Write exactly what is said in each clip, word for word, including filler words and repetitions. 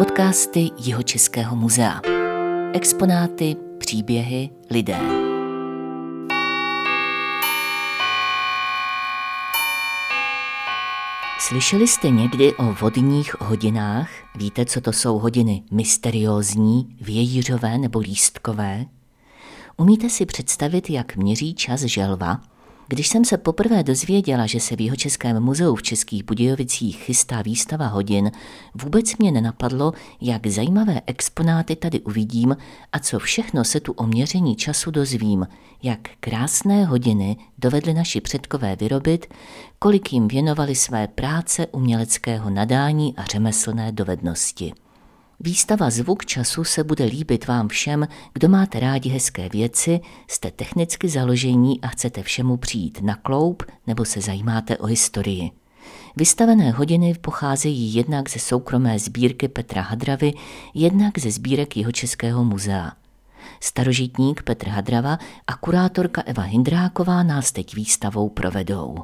Podcasty Jihočeského muzea. Exponáty, příběhy, lidé. Slyšeli jste někdy o vodních hodinách? Víte, co to jsou hodiny mysteriózní, vějířové nebo lístkové? Umíte si představit, jak měří čas želva? Když jsem se poprvé dozvěděla, že se v Jihočeském muzeu v Českých Budějovicích chystá výstava hodin, vůbec mě nenapadlo, jak zajímavé exponáty tady uvidím a co všechno se tu o měření času dozvím, jak krásné hodiny dovedli naši předkové vyrobit, kolik jim věnovali své práce, uměleckého nadání a řemeslné dovednosti. Výstava Zvuk času se bude líbit vám všem, kdo máte rádi hezké věci, jste technicky založení a chcete všemu přijít na kloub nebo se zajímáte o historii. Vystavené hodiny pocházejí jednak ze soukromé sbírky Petra Hadravy, jednak ze sbírek Jihočeského muzea. Starožitník Petr Hadrava a kurátorka Eva Hindráková nás teď výstavou provedou.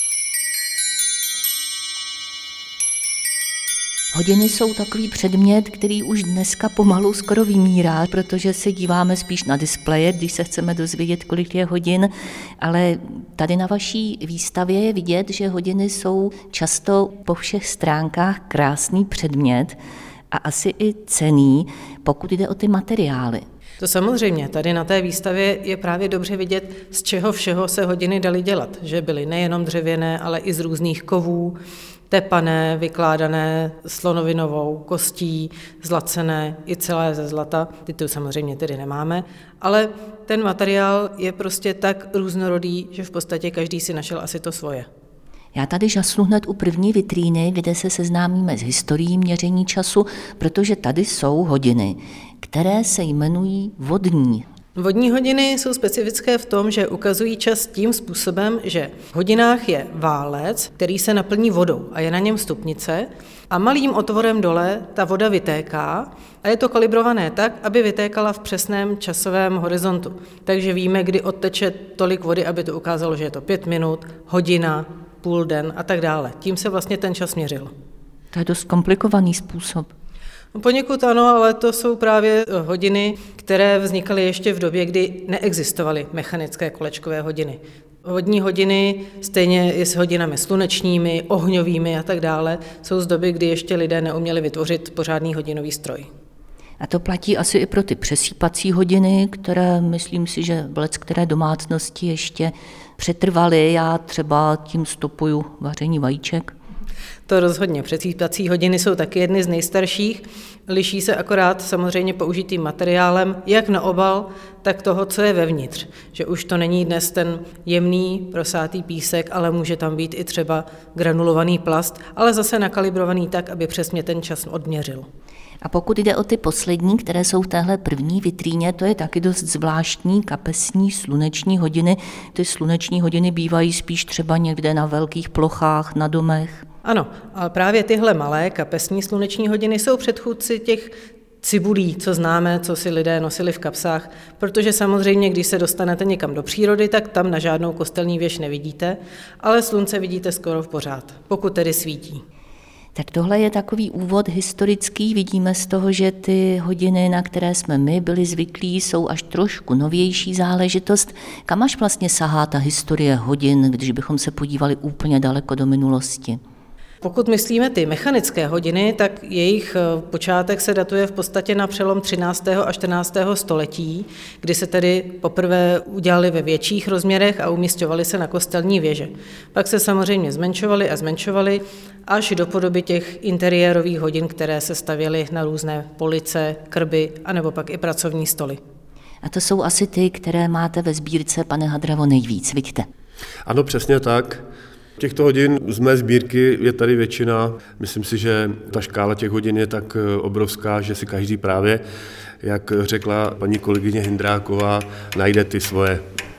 Hodiny jsou takový předmět, který už dneska pomalu skoro vymírá, protože se díváme spíš na displeje, když se chceme dozvědět, kolik je hodin, ale tady na vaší výstavě je vidět, že hodiny jsou často po všech stránkách krásný předmět a asi i cenný, pokud jde o ty materiály. To samozřejmě, tady na té výstavě je právě dobře vidět, z čeho všeho se hodiny daly dělat, že byly nejenom dřevěné, ale i z různých kovů, tepané, vykládané slonovinovou kostí, zlacené i celé ze zlata, ty tu samozřejmě tedy nemáme, ale ten materiál je prostě tak různorodý, že v podstatě každý si našel asi to svoje. Já tady žasnu hned u první vitríny, kde se seznámíme s historií měření času, protože tady jsou hodiny, které se jmenují vodní. Vodní hodiny jsou specifické v tom, že ukazují čas tím způsobem, že v hodinách je válec, který se naplní vodou a je na něm stupnice a malým otvorem dole ta voda vytéká a je to kalibrované tak, aby vytékala v přesném časovém horizontu. Takže víme, kdy odteče tolik vody, aby to ukázalo, že je to pět minut, hodina, půl den a tak dále. Tím se vlastně ten čas měřil. To je dost komplikovaný způsob. Poněkud ano, ale to jsou právě hodiny, které vznikaly ještě v době, kdy neexistovaly mechanické kolečkové hodiny. Vodní hodiny, stejně i s hodinami slunečními, ohňovými a tak dále, jsou z doby, kdy ještě lidé neuměli vytvořit pořádný hodinový stroj. A to platí asi i pro ty přesýpací hodiny, které myslím si, že v leckteré domácnosti ještě přetrvaly. Já třeba tím stopuju vaření vajíček. To rozhodně. Přesýpací hodiny jsou taky jedny z nejstarších. Liší se akorát samozřejmě použitým materiálem, jak na obal, tak toho, co je vevnitř. Že už to není dnes ten jemný, prosátý písek, ale může tam být i třeba granulovaný plast, ale zase nakalibrovaný tak, aby přesně ten čas odměřil. A pokud jde o ty poslední, které jsou v téhle první vitríně, to je taky dost zvláštní kapesní sluneční hodiny. Ty sluneční hodiny bývají spíš třeba někde na velkých plochách, na domech. Ano, ale právě tyhle malé kapesní sluneční hodiny jsou předchůdci těch cibulí, co známe, co si lidé nosili v kapsách, protože samozřejmě, když se dostanete někam do přírody, tak tam na žádnou kostelní věž nevidíte, ale slunce vidíte skoro v pořád, pokud tedy svítí. Tak tohle je takový úvod historický. Vidíme z toho, že ty hodiny, na které jsme my byli zvyklí, jsou až trošku novější záležitost. Kam až vlastně sahá ta historie hodin, když bychom se podívali úplně daleko do minulosti? Pokud myslíme ty mechanické hodiny, tak jejich počátek se datuje v podstatě na přelom třináctého a čtrnáctého století, kdy se tedy poprvé udělali ve větších rozměrech a umísťovaly se na kostelní věže. Pak se samozřejmě zmenšovaly a zmenšovaly až do podoby těch interiérových hodin, které se stavěly na různé police, krby anebo pak i pracovní stoly. A to jsou asi ty, které máte ve sbírce, pane Hadravo, nejvíc, vidíte? Ano, přesně tak. Těchto hodin z mé sbírky je tady většina. Myslím si, že ta škála těch hodin je tak obrovská, že si každý právě, jak řekla paní kolegyně Hindráková, najde ty svoje.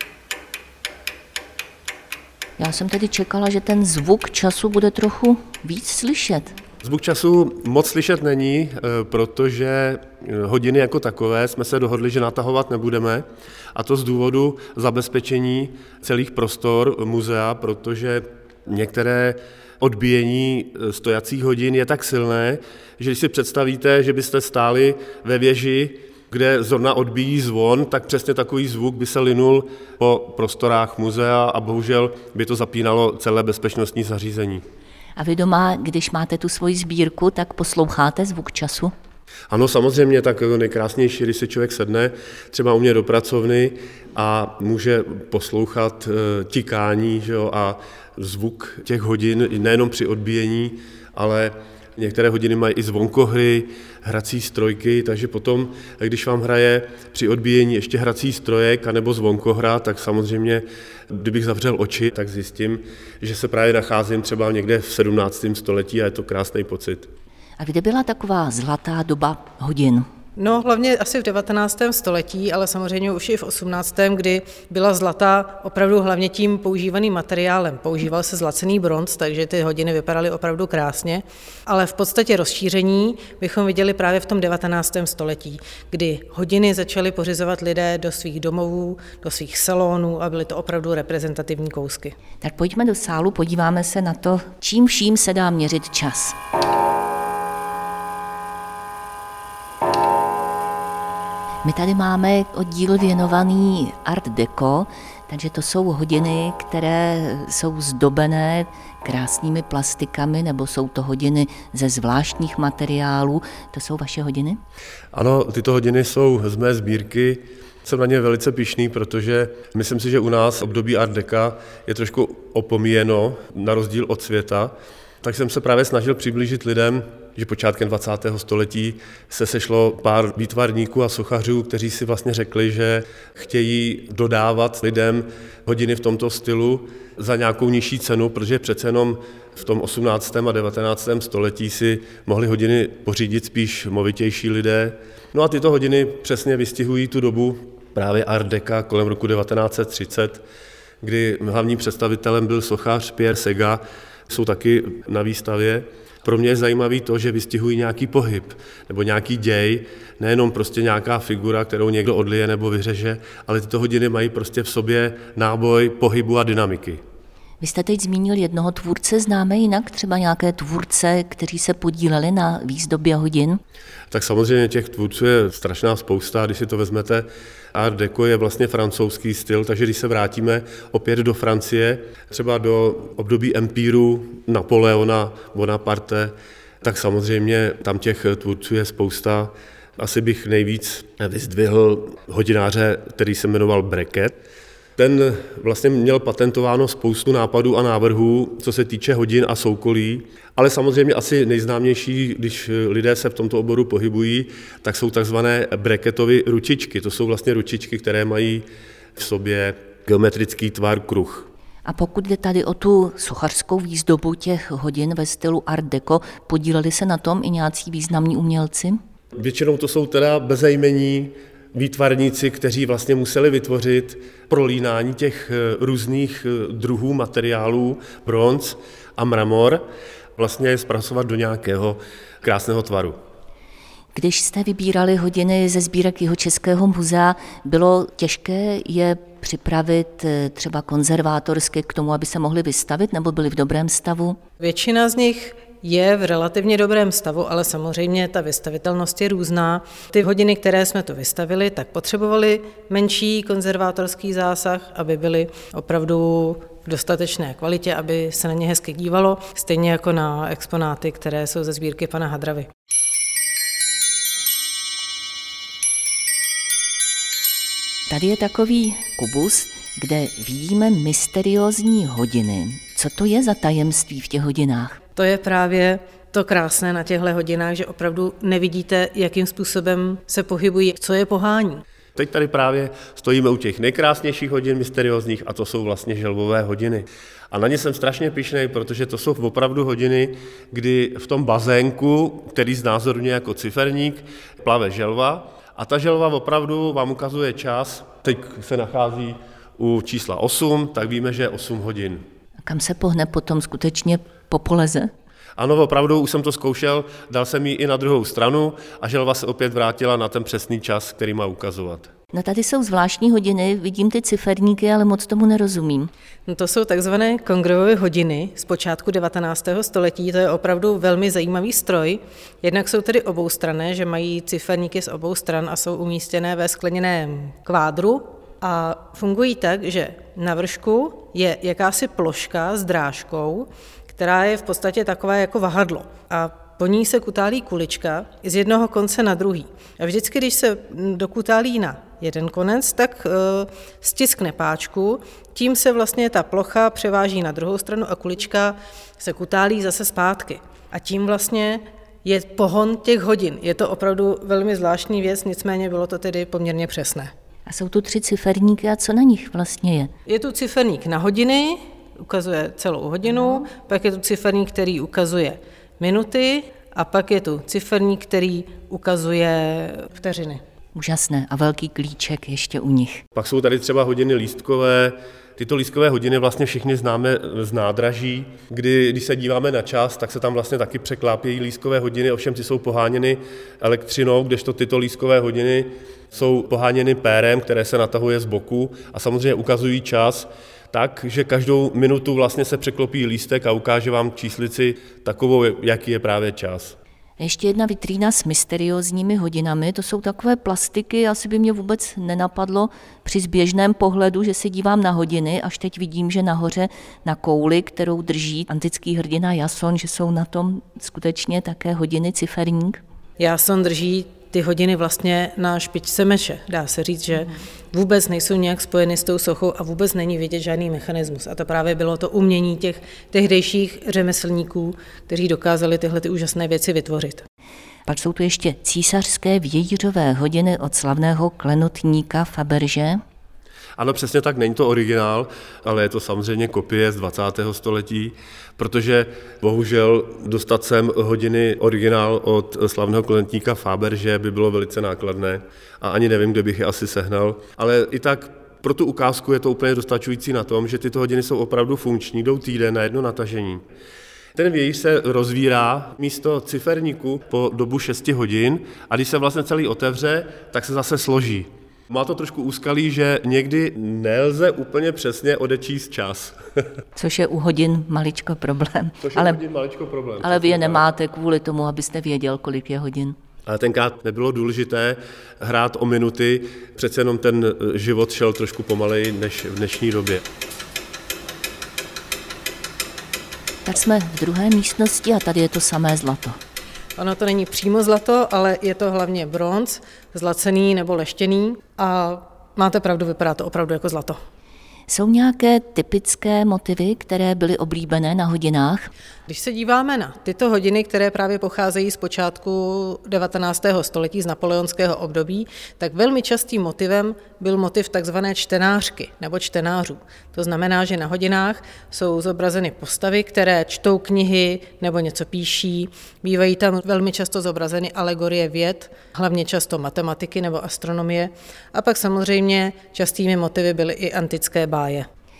Já jsem tedy čekala, že ten zvuk času bude trochu víc slyšet. Zvuk času moc slyšet není, protože hodiny jako takové jsme se dohodli, že natahovat nebudeme, a to z důvodu zabezpečení celých prostor muzea, protože některé odbíjení stojacích hodin je tak silné, že když si představíte, že byste stáli ve věži, kde zrovna odbíjí zvon, tak přesně takový zvuk by se linul po prostorách muzea a bohužel by to zapínalo celé bezpečnostní zařízení. A vy doma, když máte tu svoji sbírku, tak posloucháte zvuk času? Ano, samozřejmě, tak nejkrásnější, když si člověk sedne třeba u mě do pracovny a může poslouchat tikání, že jo, a zvuk těch hodin, nejenom při odbíjení, ale některé hodiny mají i zvonkohry, hrací strojky, takže potom, když vám hraje při odbíjení ještě hrací strojek anebo zvonkohra, tak samozřejmě, kdybych zavřel oči, tak zjistím, že se právě nacházím třeba někde v sedmnáctém století a je to krásný pocit. A kde byla taková zlatá doba hodin? No, hlavně asi v devatenáctém století, ale samozřejmě už i v osmnáctém kdy byla zlata opravdu hlavně tím používaným materiálem. Používal se zlacený bronz, takže ty hodiny vypadaly opravdu krásně, ale v podstatě rozšíření bychom viděli právě v tom devatenáctém století, kdy hodiny začali pořizovat lidé do svých domovů, do svých salonů a byly to opravdu reprezentativní kousky. Tak pojďme do sálu, podíváme se na to, čím vším se dá měřit čas. My tady máme oddíl věnovaný Art Deco, takže to jsou hodiny, které jsou zdobené krásnými plastikami, nebo jsou to hodiny ze zvláštních materiálů. To jsou vaše hodiny? Ano, tyto hodiny jsou z mé sbírky. Jsem na ně velice pyšný, protože myslím si, že u nás období Art Deca je trošku opomíjeno, na rozdíl od světa. Tak jsem se právě snažil přiblížit lidem, že počátkem dvacátého století se sešlo pár výtvarníků a sochařů, kteří si vlastně řekli, že chtějí dodávat lidem hodiny v tomto stylu za nějakou nižší cenu, protože přece jenom v tom osmnáctém a devatenáctém století si mohli hodiny pořídit spíš movitější lidé. No a tyto hodiny přesně vystihují tu dobu právě Art Deca kolem roku devatenáct set třicet, kdy hlavním představitelem byl sochař Pierre Sega, jsou taky na výstavě. Pro mě je zajímavý to, že vystihují nějaký pohyb nebo nějaký děj, nejenom prostě nějaká figura, kterou někdo odlije nebo vyřeže, ale tyto hodiny mají prostě v sobě náboj pohybu a dynamiky. Vy jste teď zmínil jednoho tvůrce, známe jinak třeba nějaké tvůrce, kteří se podíleli na výzdobě hodin? Tak samozřejmě těch tvůrců je strašná spousta, když si to vezmete. Art Deco je vlastně francouzský styl, takže když se vrátíme opět do Francie, třeba do období empíru Napoleona Bonaparte, tak samozřejmě tam těch tvůrců je spousta. Asi bych nejvíc vyzdvihl hodináře, který se jmenoval Breguet. Ten vlastně měl patentováno spoustu nápadů a návrhů, co se týče hodin a soukolí, ale samozřejmě asi nejznámější, když lidé se v tomto oboru pohybují, tak jsou takzvané Breguetovy ručičky. To jsou vlastně ručičky, které mají v sobě geometrický tvar kruh. A pokud jde tady o tu sochařskou výzdobu těch hodin ve stylu Art Deco, podíleli se na tom i nějací významní umělci? Většinou to jsou teda bezejmení výtvarníci, kteří vlastně museli vytvořit prolínání těch různých druhů materiálů, bronz a mramor, vlastně je zpracovat do nějakého krásného tvaru. Když jste vybírali hodiny ze sbírek Jihočeského muzea, bylo těžké je připravit třeba konzervátorsky k tomu, aby se mohly vystavit, nebo byly v dobrém stavu? Většina z nich je v relativně dobrém stavu, ale samozřejmě ta vystavitelnost je různá. Ty hodiny, které jsme to vystavili, tak potřebovaly menší konzervátorský zásah, aby byly opravdu v dostatečné kvalitě, aby se na ně hezky dívalo, stejně jako na exponáty, které jsou ze sbírky pana Hadravy. Tady je takový kubus, kde vidíme mysteriózní hodiny. Co to je za tajemství v těch hodinách? To je právě to krásné na těchto hodinách, že opravdu nevidíte, jakým způsobem se pohybují, co je pohání. Teď tady právě stojíme u těch nejkrásnějších hodin mysteriózních a to jsou vlastně želvové hodiny. A na ně jsem strašně pyšnej, protože to jsou opravdu hodiny, kdy v tom bazénku, který znázorňuje jako ciferník, plave želva a ta želva opravdu vám ukazuje čas. Teď se nachází u čísla osm, tak víme, že je osm hodin. A kam se pohne potom skutečně po poleze? Ano, opravdu, už jsem to zkoušel, dal jsem ji i na druhou stranu a želva se opět vrátila na ten přesný čas, který má ukazovat. No tady jsou zvláštní hodiny, vidím ty ciferníky, ale moc tomu nerozumím. No to jsou takzvané Congrevovy hodiny z počátku devatenáctého století, to je opravdu velmi zajímavý stroj. Jednak jsou tedy oboustranné, že mají ciferníky z obou stran a jsou umístěné ve skleněném kvádru a fungují tak, že na vršku je jakási ploška s drážkou, která je v podstatě takové jako vahadlo a po ní se kutálí kulička z jednoho konce na druhý. A vždycky, když se dokutálí na jeden konec, tak e, stiskne páčku, tím se vlastně ta plocha převáží na druhou stranu a kulička se kutálí zase zpátky. A tím vlastně je pohon těch hodin. Je to opravdu velmi zvláštní věc, nicméně bylo to tedy poměrně přesné. A jsou tu tři ciferníky a co na nich vlastně je? Je tu ciferník na hodiny, ukazuje celou hodinu, pak je tu ciferník, který ukazuje minuty a pak je tu ciferník, který ukazuje vteřiny. Úžasné a velký klíček ještě u nich. Pak jsou tady třeba hodiny lístkové. Tyto lístkové hodiny vlastně všichni známe z nádraží, kdy když se díváme na čas, tak se tam vlastně taky překlápějí lístkové hodiny, ovšem ty jsou poháněny elektřinou, kdežto tyto lístkové hodiny jsou poháněny pérem, které se natahuje z boku a samozřejmě ukazují čas tak, že každou minutu vlastně se překlopí lístek a ukáže vám číslici takovou, jaký je právě čas. Ještě jedna vitrína s mysteriózními hodinami, to jsou takové plastiky, asi by mě vůbec nenapadlo při zběžném pohledu, že se dívám na hodiny, až teď vidím, že nahoře na kouli, kterou drží antický hrdina Jason, že jsou na tom skutečně také hodiny ciferník. Jason drží ty hodiny vlastně na špičce meče. Dá se říct, že vůbec nejsou nějak spojeny s tou sochou a vůbec není vidět žádný mechanismus. A to právě bylo to umění těch tehdejších řemeslníků, kteří dokázali tyhle ty úžasné věci vytvořit. Pak jsou tu ještě císařské vějířové hodiny od slavného klenotníka Faberže. Ano, přesně tak, není to originál, ale je to samozřejmě kopie z dvacátého století, protože bohužel dostat sem hodiny originál od slavného klenotníka Faberže by bylo velice nákladné a ani nevím, kde bych je asi sehnal, ale i tak pro tu ukázku je to úplně dostačující na tom, že tyto hodiny jsou opravdu funkční, jdou týden na jedno natažení. Ten vějíř se rozvírá místo ciferníku po dobu šesti hodin a když se vlastně celý otevře, tak se zase složí. Má to trošku úskalí, že někdy nelze úplně přesně odečíst čas. Což je u hodin maličko problém. Což je ale, u hodin maličko problém. Ale vy je nemáte kvůli tomu, abyste věděl, kolik je hodin. Ale tenkrát nebylo důležité hrát o minuty, přece jenom ten život šel trošku pomaleji než v dnešní době. Tak jsme v druhé místnosti a tady je to samé zlato. Ono to není přímo zlato, ale je to hlavně bronz, zlacený nebo leštěný a máte pravdu, vypadá to opravdu jako zlato. Jsou nějaké typické motivy, které byly oblíbené na hodinách? Když se díváme na tyto hodiny, které právě pocházejí z počátku devatenáctého století, z napoleonského období, tak velmi častým motivem byl motiv takzvané čtenářky nebo čtenářů. To znamená, že na hodinách jsou zobrazeny postavy, které čtou knihy nebo něco píší. Bývají tam velmi často zobrazeny alegorie věd, hlavně často matematiky nebo astronomie. A pak samozřejmě častými motivy byly i antické báje.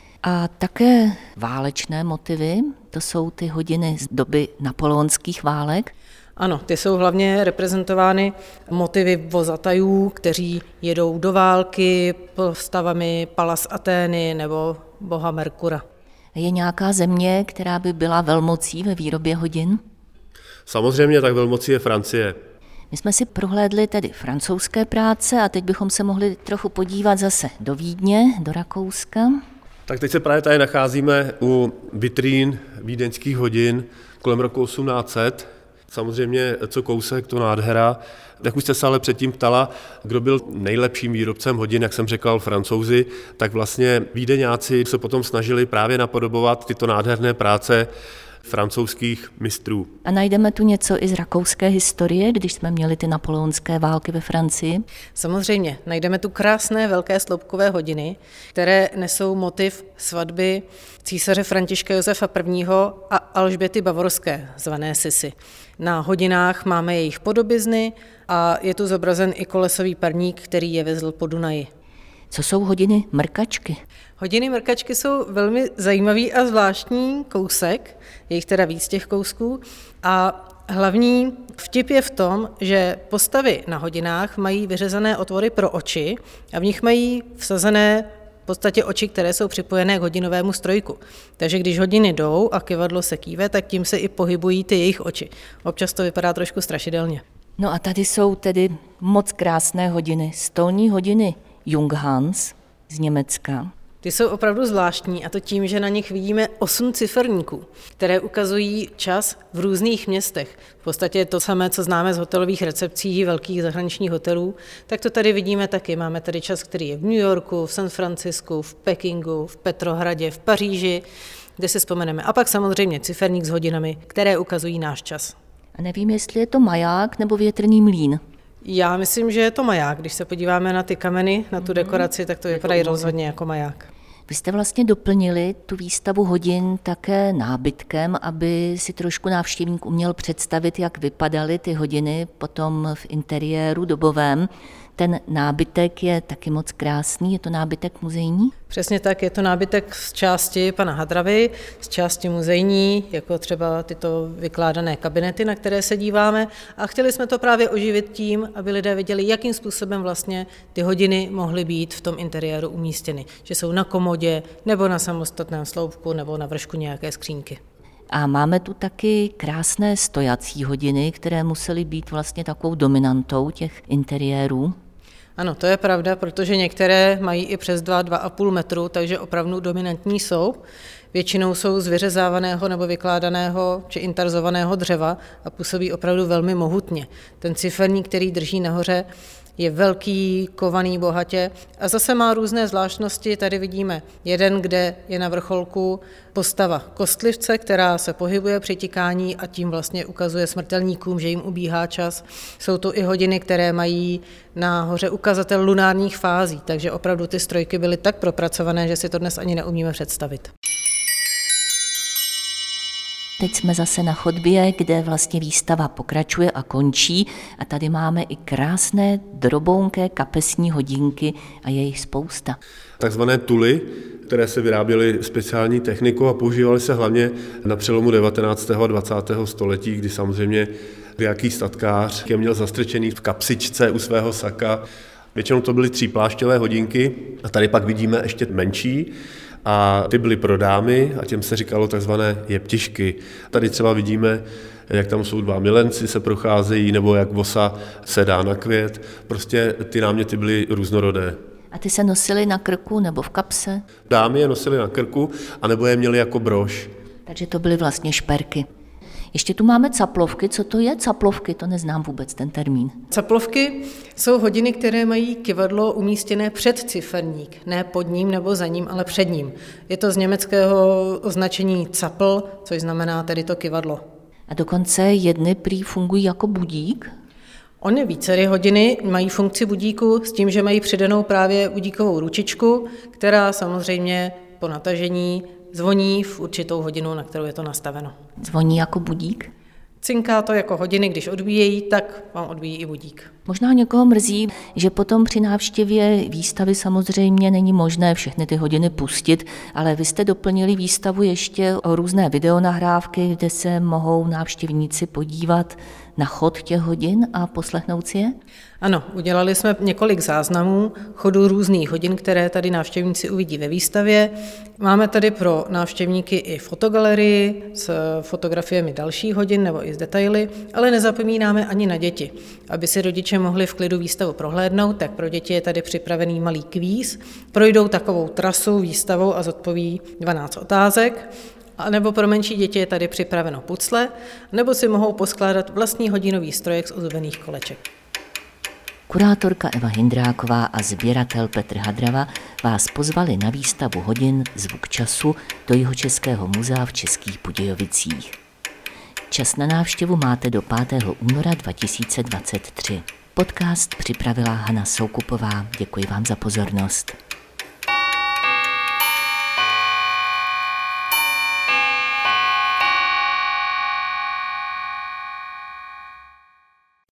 A také válečné motivy, to jsou ty hodiny z doby napoleonských válek. Ano, ty jsou hlavně reprezentovány motivy vozatajů, kteří jedou do války postavami Pallas Athény nebo boha Merkura. Je nějaká země, která by byla velmocí ve výrobě hodin? Samozřejmě, tak velmocí je Francie. My jsme si prohlédli tedy francouzské práce a teď bychom se mohli trochu podívat zase do Vídně, do Rakouska. Tak teď se právě tady nacházíme u vitrín vídeňských hodin kolem roku osmnáct set. Samozřejmě co kousek, to nádhera. Jak už jste se ale předtím ptala, kdo byl nejlepším výrobcem hodin, jak jsem řekl, Francouzi, tak vlastně Vídeňáci se potom snažili právě napodobovat tyto nádherné práce francouzských mistrů. A najdeme tu něco i z rakouské historie, když jsme měli ty napoleonské války ve Francii? Samozřejmě, najdeme tu krásné velké sloupkové hodiny, které nesou motiv svatby císaře Františka Josefa prvního. a Alžběty Bavorské, zvané Sisy. Na hodinách máme jejich podobizny a je tu zobrazen i kolesový parník, který je vezl po Dunaji. Co jsou hodiny mrkačky? Hodiny mrkačky jsou velmi zajímavý a zvláštní kousek, je jich teda víc těch kousků a hlavní Vtip je v tom, že postavy na hodinách mají vyřezané otvory pro oči a v nich mají vsazené v podstatě oči, které jsou připojené k hodinovému strojku. Takže když hodiny jdou a kyvadlo se kýve, tak tím se i pohybují ty jejich oči. Občas to vypadá trošku strašidelně. No a tady jsou tedy moc krásné hodiny. Stolní hodiny Junghans z Německa. Ty jsou opravdu zvláštní, a to tím, že na nich vidíme osm ciferníků, které ukazují čas v různých městech. V podstatě to samé, co známe z hotelových recepcí velkých zahraničních hotelů, tak to tady vidíme taky. Máme tady čas, který je v New Yorku, v San Francisku, v Pekingu, v Petrohradě, v Paříži, kde si vzpomeneme. A pak samozřejmě ciferník s hodinami, které ukazují náš čas. A nevím, jestli je to maják nebo větrný mlýn. Já myslím, že je to maják. Když se podíváme na ty kameny, na tu dekoraci, tak to vypadá rozhodně jako maják. Vy jste vlastně doplnili tu výstavu hodin také nábytkem, aby si trošku návštěvník uměl představit, jak vypadaly ty hodiny potom v interiéru dobovém. Ten nábytek je taky moc krásný, je to nábytek muzejní? Přesně tak, je to nábytek z části pana Hadravy, z části muzejní, jako třeba tyto vykládané kabinety, na které se díváme. A chtěli jsme to právě oživit tím, aby lidé viděli, jakým způsobem vlastně ty hodiny mohly být v tom interiéru umístěny. Že jsou na komodě, nebo na samostatném sloupku, nebo na vršku nějaké skřínky. A máme tu taky krásné stojací hodiny, které musely být vlastně takovou dominantou těch interiérů. Ano, to je pravda, protože některé mají i přes dva, dva a půl metru, takže opravdu dominantní jsou. Většinou jsou z vyřezávaného nebo vykládaného či intarzovaného dřeva a působí opravdu velmi mohutně. Ten ciferník, který drží nahoře, je velký, kovaný bohatě a zase má různé zvláštnosti. Tady vidíme jeden, kde je na vrcholku postava kostlivce, která se pohybuje při tikání a tím vlastně ukazuje smrtelníkům, že jim ubíhá čas. Jsou tu i hodiny, které mají nahoře ukazatel lunárních fází, takže opravdu ty strojky byly tak propracované, že si to dnes ani neumíme představit. Teď jsme zase na chodbě, kde vlastně výstava pokračuje a končí a tady máme i krásné drobounké kapesní hodinky a je jich spousta. Takzvané tuly, které se vyráběly speciální technikou a používaly se hlavně na přelomu devatenáctého a dvacátého století, kdy samozřejmě nějaký statkář je měl zastrčený v kapsičce u svého saka. Většinou to byly tříplášťové hodinky a tady pak vidíme ještě menší. A ty byly pro dámy a těm se říkalo takzvané jeptišky. Tady třeba vidíme, jak tam jsou dva milenci, se procházejí, nebo jak vosa sedá na květ. Prostě ty náměty byly různorodé. A ty se nosily na krku nebo v kapse? Dámy je nosily na krku, anebo je měly jako brož. Takže to byly vlastně šperky. Ještě tu máme caplovky. Co to je caplovky? To neznám vůbec ten termín. Caplovky jsou hodiny, které mají kyvadlo umístěné před ciferník. Ne pod ním nebo za ním, ale před ním. Je to z německého označení capl, což znamená tedy to kyvadlo. A dokonce jedny prý fungují jako budík? Ony vícery hodiny mají funkci budíku s tím, že mají přidanou právě budíkovou ručičku, která samozřejmě po natažení zvoní v určitou hodinu, na kterou je to nastaveno. Zvoní jako budík? Cinká to jako hodiny, když odbíjejí, tak vám odbíjí i budík. Možná někoho mrzí, že potom při návštěvě výstavy samozřejmě není možné všechny ty hodiny pustit, ale vy jste doplnili výstavu ještě o různé videonahrávky, kde se mohou návštěvníci podívat na chod těch hodin a poslechnout si je? Ano, udělali jsme několik záznamů chodu různých hodin, které tady návštěvníci uvidí ve výstavě. Máme tady pro návštěvníky i fotogalerii s fotografiemi dalších hodin nebo i s detaily, ale nezapomínáme ani na děti. Aby si rodiče mohli v klidu výstavu prohlédnout, tak pro děti je tady připravený malý kvíz. Projdou takovou trasu výstavou a zodpoví dvanáct otázek. A nebo pro menší děti je tady připraveno pucle, nebo si mohou poskládat vlastní hodinový strojek z ozdobených koleček. Kurátorka Eva Hindráková a sběratel Petr Hadrava vás pozvali na výstavu hodin Zvuk času do Jihočeského muzea v Českých Budějovicích. Čas na návštěvu máte do pátého února dva tisíce dvacet tři. Podcast připravila Hana Soukupová. Děkuji vám za pozornost.